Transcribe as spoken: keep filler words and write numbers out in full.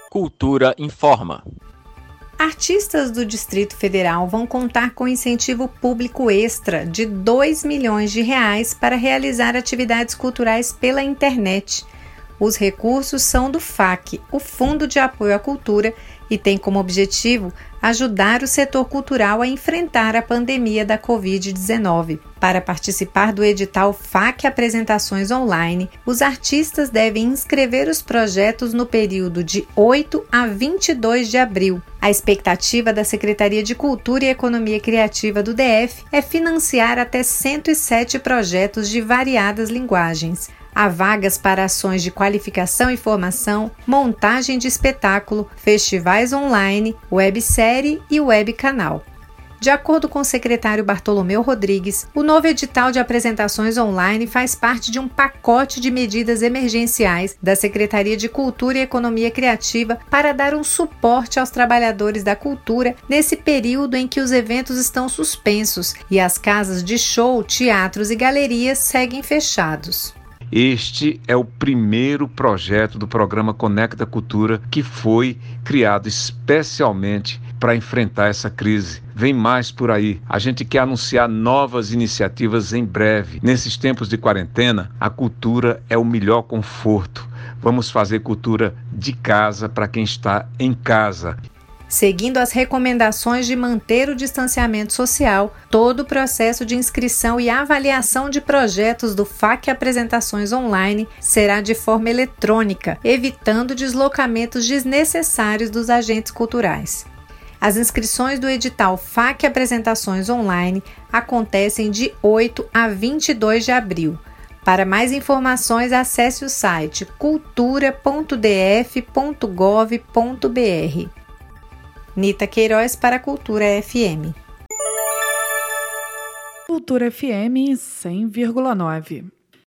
Cultura informa. Artistas do Distrito Federal vão contar com incentivo público extra de dois milhões de reais para realizar atividades culturais pela internet. Os recursos são do F A C, o Fundo de Apoio à Cultura, e tem como objetivo ajudar o setor cultural a enfrentar a pandemia da covid dezenove. Para participar do edital F A C Apresentações Online, os artistas devem inscrever os projetos no período de oito a vinte e dois de abril. A expectativa da Secretaria de Cultura e Economia Criativa do D F é financiar até cento e sete projetos de variadas linguagens. Há vagas para ações de qualificação e formação, montagem de espetáculo, festivais online, websérie e webcanal. De acordo com o secretário Bartolomeu Rodrigues, o novo edital de apresentações online faz parte de um pacote de medidas emergenciais da Secretaria de Cultura e Economia Criativa para dar um suporte aos trabalhadores da cultura nesse período em que os eventos estão suspensos e as casas de show, teatros e galerias seguem fechados. Este é o primeiro projeto do programa Conecta Cultura que foi criado especialmente para enfrentar essa crise. Vem mais por aí. A gente quer anunciar novas iniciativas em breve. Nesses tempos de quarentena, a cultura é o melhor conforto. Vamos fazer cultura de casa para quem está em casa. Seguindo as recomendações de manter o distanciamento social, todo o processo de inscrição e avaliação de projetos do F A C Apresentações Online será de forma eletrônica, evitando deslocamentos desnecessários dos agentes culturais. As inscrições do edital F A C Apresentações Online acontecem de oito a vinte e dois de abril. Para mais informações, acesse o site cultura ponto d f ponto gov ponto b r. Nita Queiroz para a Cultura F M. Cultura F M cem vírgula nove.